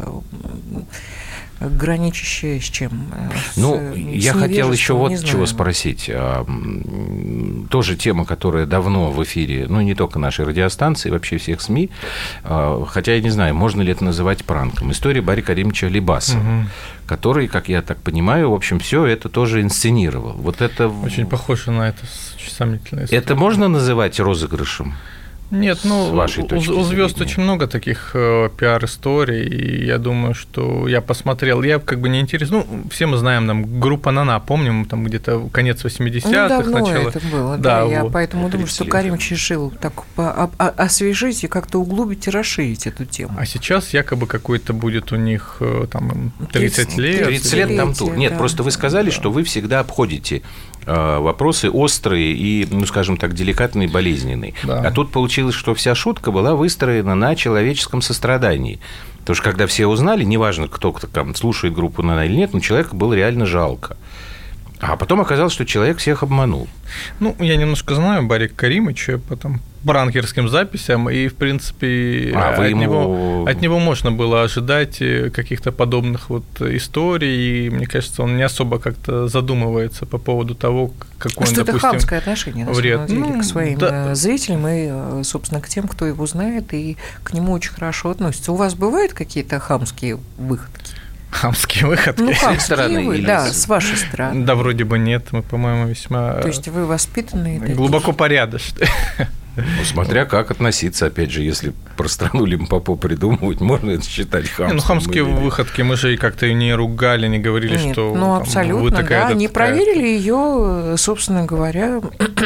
граничащая с чем? Ну, с, я с хотел еще вот чего спросить. Тоже тема, которая давно в эфире, ну, не только нашей радиостанции, вообще всех СМИ, хотя я не знаю, можно ли это называть пранком. История Барри Каримовича Алибасова, угу. который, как я так понимаю, в общем, все это тоже инсценировал. Вот это... Очень похоже на это, очень сомнительная история. Это можно называть розыгрышем? Нет, ну, у, у звезд очень много таких э, пиар-историй, и я думаю, что я посмотрел, я как бы не интересен, ну, все мы знаем, там, группа «Нана», помним, там, где-то конец восьмидесятых, ну, давно начало... это было, да, да я вот. Поэтому думаю, что Каримович решил так освежить и как-то углубить и расширить эту тему. А сейчас якобы какой-то будет у них, там, тридцать лет. тридцать лет там тур. Нет, да. Просто вы сказали, да. что вы всегда обходите вопросы острые и, ну, скажем так, деликатные, болезненные. Да. А тут получилось, что вся шутка была выстроена на человеческом сострадании. Потому что когда все узнали, неважно, кто там слушает группу «Нана» или нет, но человека было реально жалко. А потом оказалось, что человек всех обманул. Ну, я немножко знаю Барри Каримовича по там пранкерским записям, и, в принципе, а, от, ему... него, от него можно было ожидать каких-то подобных вот историй, и, мне кажется, он не особо как-то задумывается по поводу того, какой а он, что допустим, это хамское отношение, на вред. самом деле, Ну, к своим да. зрителям и, собственно, к тем, кто его знает, и к нему очень хорошо относится. У вас бывают какие-то хамские выходки? Хамские выходки? Ну, с их стороны? Вы, или да, с... с вашей стороны. Да, вроде бы нет, мы, по-моему, весьма... То есть вы воспитанные? Глубоко порядочные. Ну, смотря как относиться, опять же, если про страну Лимпопо придумывать, можно это считать хамством. Ну, хамские выходки мы же и как-то не ругали, не говорили, Нет, что ну, там, абсолютно, вы такая, да, да, не такая. проверили ее, собственно говоря.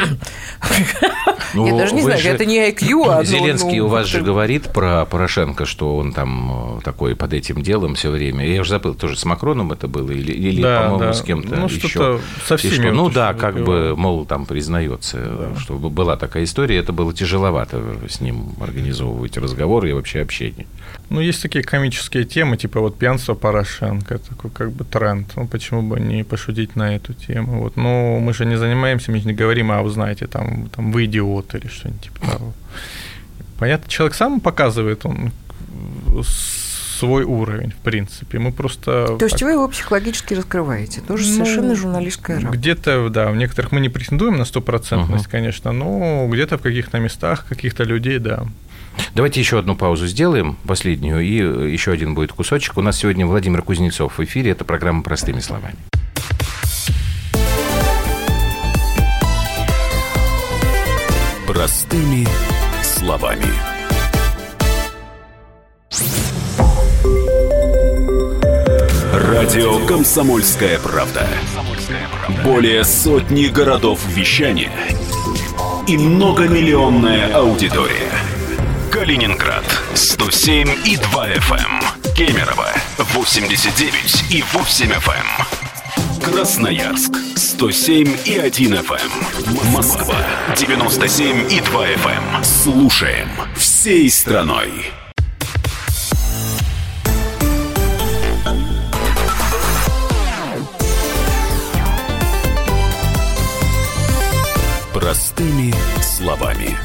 Ну, я даже не знаю, же... это не ай кью, а... Зеленский ну, у вас ну, же говорит про Порошенко, что он там такой под этим делом все время. Я уже забыл, тоже с Макроном это было или, или да, по-моему, да. с кем-то ну, еще. Что-то со всеми. Что, ну да, что как выпивал. бы, мол, там признается, да. что была такая история, это было тяжеловато с ним организовывать разговоры и вообще общение. Ну, есть такие комические темы, типа вот пьянство Порошенко, такой как бы тренд. Ну, почему бы не пошутить на эту тему? Вот. Но мы же не занимаемся, мы же не говорим, а вы знаете, там, там вы идиот или что-нибудь типа того. Понятно, человек сам показывает, он свой уровень, в принципе. Мы просто... То есть так... вы его психологически раскрываете. Тоже ну, совершенно журналистская работа. Где-то, да, в некоторых мы не претендуем на стопроцентность, uh-huh. конечно, но где-то в каких-то местах, каких-то людей, да. Давайте еще одну паузу сделаем, последнюю, и еще один будет кусочек. У нас сегодня Владимир Кузнецов в эфире. Это программа «Простыми словами». Простыми словами. Радио «Комсомольская правда». Более сотни городов вещания и многомиллионная аудитория. Калининград сто семь и два эф эм, Кемерово восемьдесят девять и восемь эф эм, Красноярск сто семь и один эф эм, Москва девяносто семь и два эф эм. Слушаем всей страной. Простыми словами.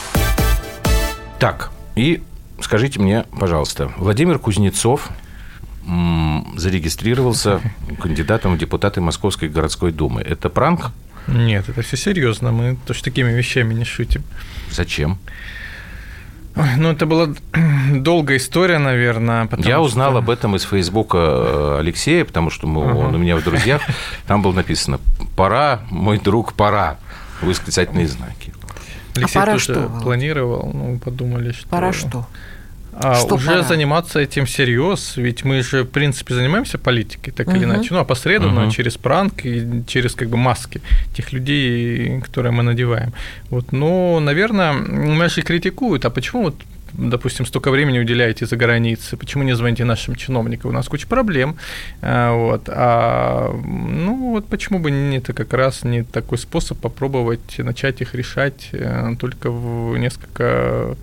Так, и скажите мне, пожалуйста, Владимир Кузнецов м- зарегистрировался кандидатом в депутаты Московской городской думы. Это пранк? Нет, это все серьезно. Мы тоже такими вещами не шутим. Зачем? Ой, ну, это была долгая история, наверное. Я узнал что... об этом из Фейсбука Алексея, потому что мы, ага. он у меня в друзьях. Там было написано «Пора, мой друг, пора». Восклицательные знаки. Алексей а пора тоже что, планировал, ну, подумали, что... Пора что? А что уже пора? заниматься этим всерьез, ведь мы же, в принципе, занимаемся политикой, так uh-huh. или иначе, ну, опосредованно, uh-huh. через пранк и через, как бы, маски тех людей, которые мы надеваем. Вот, но, наверное, нас же критикуют, а почему вот, допустим, столько времени уделяете за границей, почему не звоните нашим чиновникам? У нас куча проблем, вот, а, ну, вот почему бы не это как раз не такой способ попробовать начать их решать только в несколько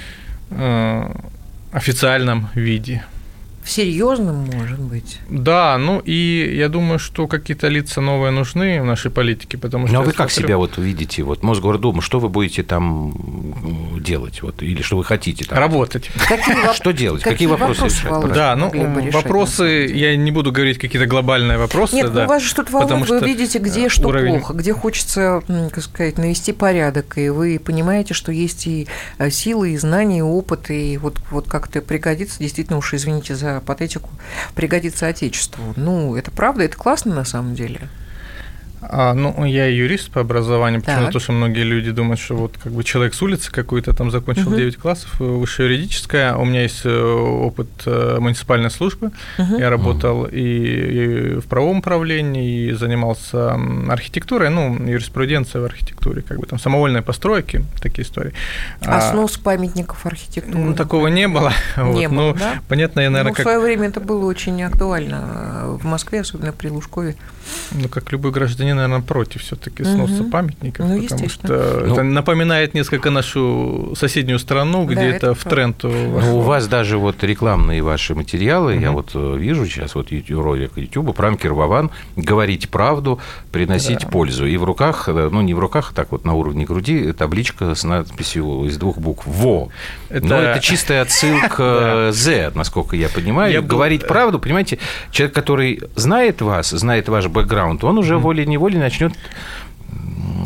официальном виде. В серьезном, может быть. Да, ну и я думаю, что какие-то лица новые нужны в нашей политике, потому что... Ну, а вы как смотрю... себя вот видите, вот Мосгордума, что вы будете там делать, вот, или что вы хотите там? Работать. Какие, что делать? Какие, какие вопросы, вопросы решать? Володя, да, ну, вопросы, я не буду говорить какие-то глобальные вопросы. Нет, да, ну, вас же тут волнует, вы видите, где что уровень... плохо, где хочется, как сказать, навести порядок, и вы понимаете, что есть и силы, и знания, и опыт, и вот, вот как-то пригодится, действительно уж, извините за патетику, пригодится Отечеству. Ну, это правда, это классно на самом деле. А, ну, я юрист по образованию, почему-то, потому что многие люди думают, что вот как бы человек с улицы какой-то там закончил uh-huh. девять классов, высшее юридическое. У меня есть опыт муниципальной службы. Uh-huh. Я работал uh-huh. и, и в правовом управлении, и занимался архитектурой, ну, юриспруденцией в архитектуре, как бы там самовольные постройки, такие истории. А, а снос памятников архитектуры? Ну, такого не было. Не вот, было, ну, да? Понятно, я, наверное, ну, в как... свое время это было очень актуально в Москве, особенно при Лужкове. Ну, как любой гражданин, наверное, против все-таки сноса угу. памятников, ну, потому что ну, это напоминает несколько нашу соседнюю страну, где да, это, это в тренд. Ну, у вас даже вот рекламные ваши материалы, угу. я вот вижу сейчас вот ролик YouTube, пранкер Вован, говорить правду, приносить да. пользу. И в руках, ну, не в руках, а так вот на уровне груди, табличка с надписью из двух букв «Во». Это... Но это чистая отсылка «З», насколько я понимаю. Я говорить был... правду, понимаете, человек, который знает вас, знает ваш бэкграунд, он уже mm-hmm. волей-неволей начнет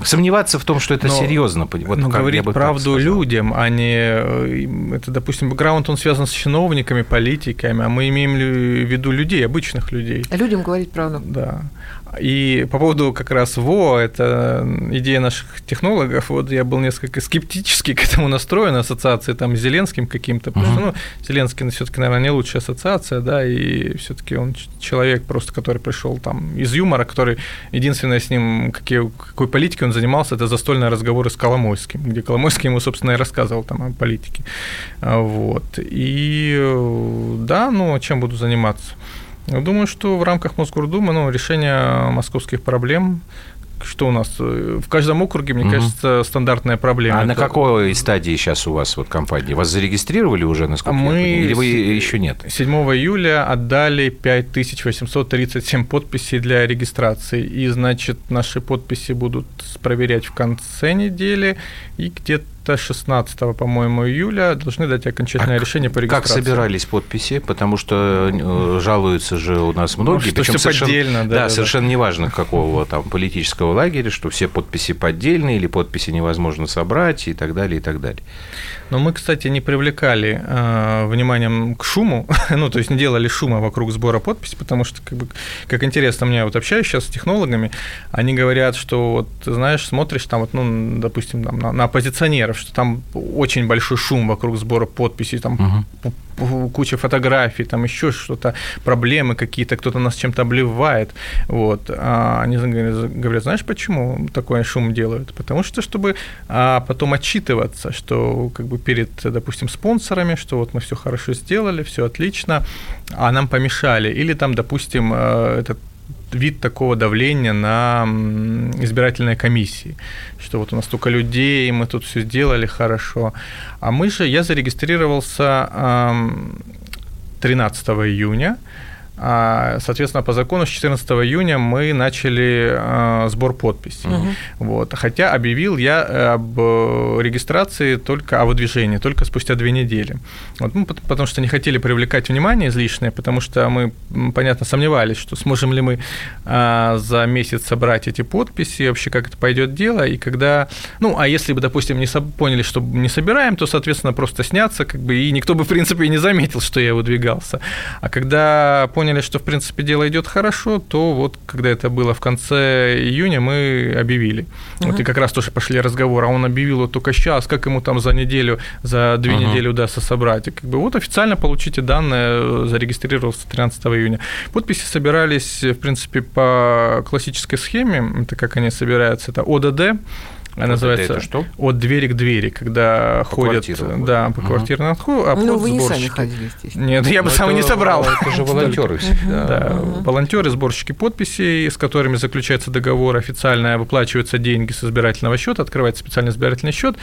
Сомневаться в том, что это но, серьезно. Вот но говорить правду людям, а не... Это, допустим, бэкграунд, он связан с чиновниками, политиками, а мы имеем в виду людей, обычных людей. А людям говорить правду. Да. И по поводу как раз ВО, это идея наших технологов, вот я был несколько скептически к этому настроен, ассоциации там с Зеленским каким-то, потому что, ну, Зеленский все-таки, наверное, не лучшая ассоциация, да, и все-таки он человек просто, который пришел там из юмора, который единственное с ним, какие, какой политикой он занимался, это застольные разговоры с Коломойским, где Коломойский ему, собственно, и рассказывал там о политике, вот, и да, ну, чем буду заниматься? Думаю, что в рамках Мосгордумы, ну, решение московских проблем, что у нас в каждом округе, мне угу. кажется, стандартная проблема. А это... на какой стадии сейчас у вас вот компания? Вас зарегистрировали уже, насколько Мы... я понимаю? Или вы еще нет? седьмого июля отдали пять тысяч восемьсот тридцать семь подписей для регистрации, и, значит, наши подписи будут проверять в конце недели, и где-то шестнадцатого, по-моему, июля должны дать окончательное а решение по регистрации. Как собирались подписи? Потому что жалуются же у нас многие. Ну, что все поддельно. Да, да, да, совершенно да. неважно, какого там политического лагеря, что все подписи поддельные или подписи невозможно собрать и так далее, и так далее. Но мы, кстати, не привлекали э, вниманием к шуму, ну, то есть не делали шума вокруг сбора подписей, потому что, как бы, как интересно, мне вот общаюсь сейчас с технологами, они говорят, что, вот, знаешь, смотришь там, вот, ну, допустим, там, на, на оппозиционеров, что там очень большой шум вокруг сбора подписей, там угу. куча фотографий, там еще что-то, проблемы какие-то, кто-то нас чем-то обливает, вот. А они говорят, знаешь, почему такой шум делают? Потому что, чтобы а, потом отчитываться, что, как бы, перед, допустим, спонсорами, что вот мы все хорошо сделали, все отлично, а нам помешали. Или там, допустим, этот вид такого давления на избирательной комиссии, что вот у нас столько людей, мы тут все сделали хорошо. А мы же, я зарегистрировался тринадцатого июня, соответственно, по закону с четырнадцатого июня мы начали сбор подписей. Угу. Вот. Хотя объявил я об регистрации только, о выдвижении только спустя две недели. Вот, ну, потому что не хотели привлекать внимание излишнее, потому что мы, понятно, сомневались, что сможем ли мы за месяц собрать эти подписи, вообще как это пойдет дело, и когда, ну, а если бы, допустим, не поняли, что не собираем, то, соответственно, просто сняться, как бы, и никто бы, в принципе, и не заметил, что я выдвигался. А когда поняли, что, в принципе, дело идет хорошо, то вот, когда это было в конце июня, мы объявили. Uh-huh. Вот и как раз тоже пошли разговоры, а он объявил вот только сейчас, как ему там за неделю, за две uh-huh. недели удастся собрать. И как бы вот официально получите данные, зарегистрировался тринадцатого июня. Подписи собирались, в принципе, по классической схеме, это как они собираются, это О Д Д, А называется это что? От двери к двери, когда по ходят, да, по квартирному отходу, а ну, вы не сами ходили здесь. Нет, я бы Но сам это, и не собрал. Это же волонтеры всегда. Да, uh-huh. волонтеры, сборщики подписей, с которыми заключается договор официально, выплачиваются деньги с избирательного счета, открывается специальный избирательный счет,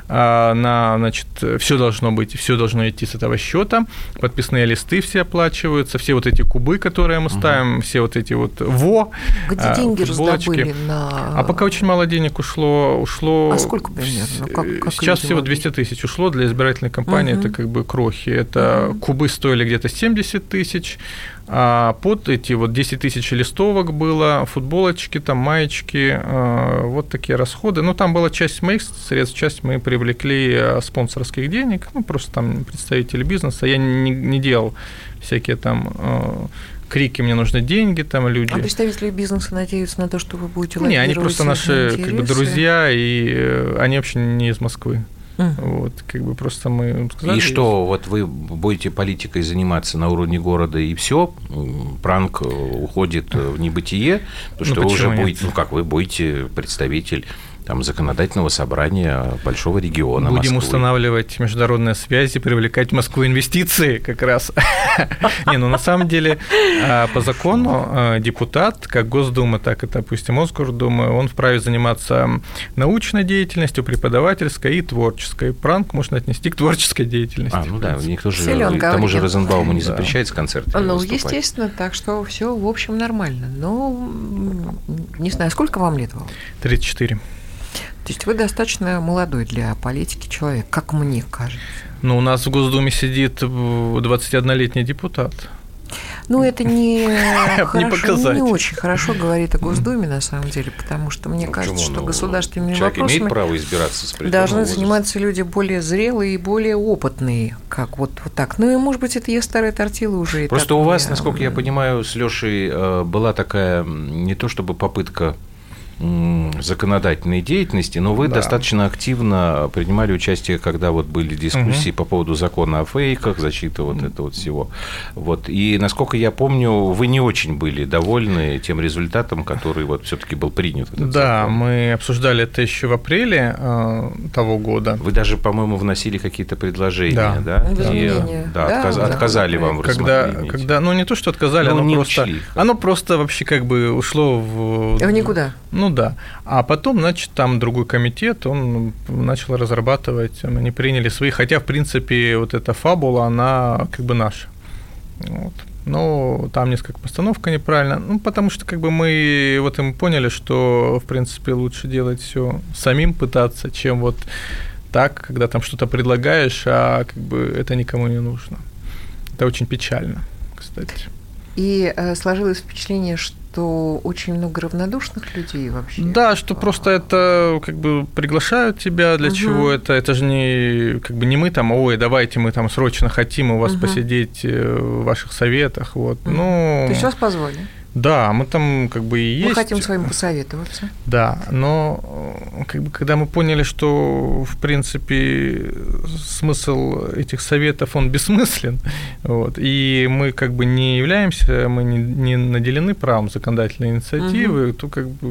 на, значит, все должно быть, все должно идти с этого счета, подписные листы все оплачиваются, все вот эти кубы, которые мы ставим, uh-huh. все вот эти вот ВО, где деньги раздобыли на... А пока очень мало денег ушло. ушло а сколько примерно? Как, как сейчас всего двести тысяч ушло для избирательной кампании, угу. это как бы крохи. Это угу. кубы стоили где-то семьдесят тысяч, а под эти вот десять тысяч листовок было, футболочки, там, маечки, вот такие расходы. Ну, там была часть моих средств, часть мы привлекли спонсорских денег, ну, просто там представители бизнеса. Я не, не делал всякие там... крики, мне нужны деньги, там люди. А представители бизнеса надеются на то, что вы будете лоббировать? Не, они просто наши как бы, друзья, и они вообще не из Москвы. Uh-huh. Вот, как бы просто мы сказали. И что, вот вы будете политикой заниматься на уровне города, и все, пранк уходит в небытие, потому что ну, вы уже будете, ну как, вы будете представитель там законодательного собрания большого региона Будем Москвы. Устанавливать международные связи, привлекать в Москву инвестиции как раз. Не, ну на самом деле по закону депутат, как Госдума, так и, допустим, Мосгордумы, он вправе заниматься научной деятельностью, преподавательской и творческой. Пранк можно отнести к творческой деятельности. А, ну да, никто же, к тому же Розенбауму не запрещает с концерта. Ну, естественно, так что все в общем нормально. Ну, не знаю, сколько вам лет? тридцать четыре. То есть вы достаточно молодой для политики человек, как мне кажется. Ну, у нас в Госдуме сидит двадцатиоднолетний депутат. Ну, это не, не, хорошо, не очень хорошо говорит о Госдуме, на самом деле, потому что мне кажется, Почему? что Ну, государственными человек вопросами имеет право избираться с определенного должны возраста. заниматься люди более зрелые и более опытные, как вот, вот так. Ну, и, может быть, это я старая тортила уже. И Просто так у вас, мне... насколько я понимаю, с Лешей была такая не то чтобы попытка законодательной деятельности, но вы да. достаточно активно принимали участие, когда вот были дискуссии угу. по поводу закона о фейках, защиты вот этого вот всего. Вот. И, насколько я помню, вы не очень были довольны тем результатом, который вот все-таки был принят. Да, закон. Мы обсуждали это еще в апреле э, того года. Вы даже, по-моему, вносили какие-то предложения, да? Да, и, да, да, отказ, да отказали да. вам в когда, рассмотрении. когда, ну, не то, что отказали, ну, оно, просто, учли, оно просто вообще как бы ушло в... В никуда. Ну да. А потом, значит, там другой комитет, он начал разрабатывать, они приняли свои, хотя, в принципе, вот эта фабула, она как бы наша. Вот. Но там несколько постановка неправильно, ну, потому что как бы мы вот им поняли, что, в принципе, лучше делать все самим пытаться, чем вот так, когда там что-то предлагаешь, а как бы это никому не нужно. Это очень печально, кстати. И э, сложилось впечатление, что что очень много равнодушных людей вообще. Да, что просто это как бы приглашают тебя, для угу. чего это, это же не как бы не мы там, ой, давайте мы там срочно хотим у вас угу. посидеть в ваших советах, вот. Угу. Ну, то есть вас позвали? Да, мы там как бы и есть. Мы хотим с вами посоветоваться. Да, но как бы когда мы поняли, что в принципе смысл этих советов он бессмыслен, вот, и мы как бы не являемся, мы не, не наделены правом законодательной инициативы, угу. то как бы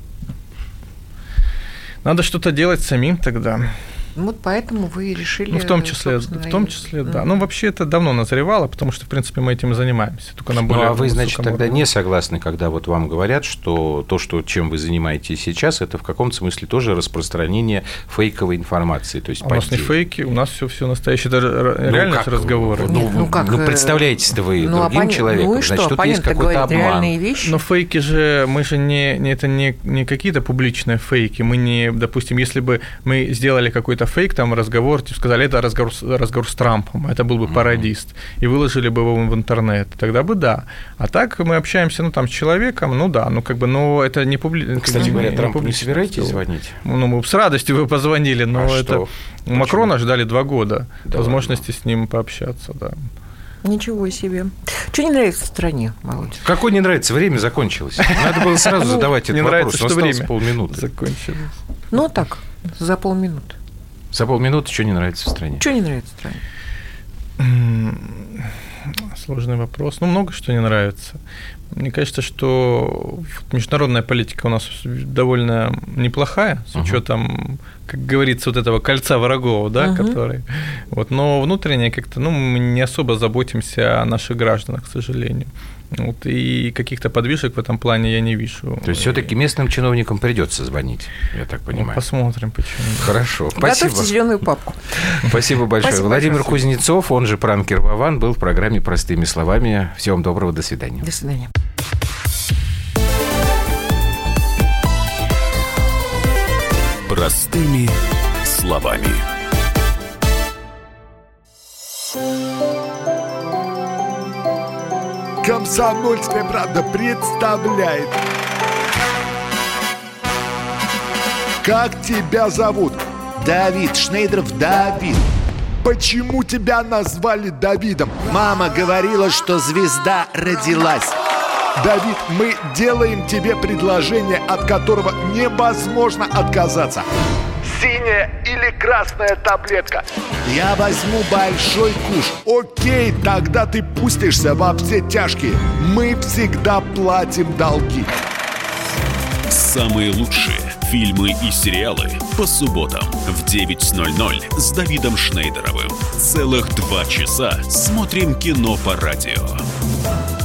надо что-то делать самим тогда. Вот поэтому вы решили... Ну, в том числе, в том числе, да. Mm-hmm. Ну, вообще это давно назревало, потому что, в принципе, мы этим и занимаемся. Только на более ну, а вы, значит, тогда уровне. Не согласны, когда вот вам говорят, что то, что, чем вы занимаетесь сейчас, это в каком-то смысле тоже распространение фейковой информации? То есть а у нас не фейки, у нас все, все настоящее, это ну, реальность разговора. Ну, ну, как, ну, представляете-то вы ну, другим оппон... человеком, ну, значит, что, тут есть какой-то обман. Реальные вещи. Но фейки же, мы же не, не это не, не какие-то публичные фейки, мы не, допустим, если бы мы сделали какой-то фейк, там, разговор, сказали, это разговор, разговор с Трампом, это был бы пародист, mm-hmm. и выложили бы его в интернет, тогда бы да. А так мы общаемся, ну, там, с человеком, ну, да, ну, как бы, но это не публично. Кстати говоря, не, Трампу не, не собираетесь звонить? Ну, мы с радостью вы позвонили, но а это... Что? У Макрона ждали два года да возможности ладно. С ним пообщаться, да. Ничего себе. Что не нравится в стране, Володя? Какой не нравится? Время закончилось. Надо было сразу задавать этот вопрос. Что время полминуты. Закончилось. Ну, так, за полминуты. За полминуты что не нравится в стране? Что не нравится в стране? Сложный вопрос. Ну, много что не нравится. Мне кажется, что международная политика у нас довольно неплохая, с учетом, как говорится, вот этого кольца врагов, да, uh-huh. который. Вот, но внутренне как-то, ну, мы не особо заботимся о наших гражданах, к сожалению. Вот, и каких-то подвижек в этом плане я не вижу. То есть все-таки местным чиновникам придется звонить, я так понимаю. Ну, посмотрим, почему. Хорошо, спасибо. Готовьте зеленую папку. Спасибо большое. Спасибо Владимир большое. Кузнецов, он же пранкер Вован, был в программе «Простыми словами». Всего вам доброго, до свидания. До свидания. Простыми словами. «Комсомольская правда» представляет. Как тебя зовут? Давид Шнейдров Давид. Почему тебя назвали Давидом? Мама говорила, что звезда родилась. Давид, мы делаем тебе предложение, от которого невозможно отказаться. Синяя или красная таблетка? Я возьму большой куш. Окей, тогда ты пустишься во все тяжкие. Мы всегда платим долги. Самые лучшие фильмы и сериалы по субботам в девять ноль ноль с Давидом Шнейдеровым. Целых два часа смотрим кино по радио.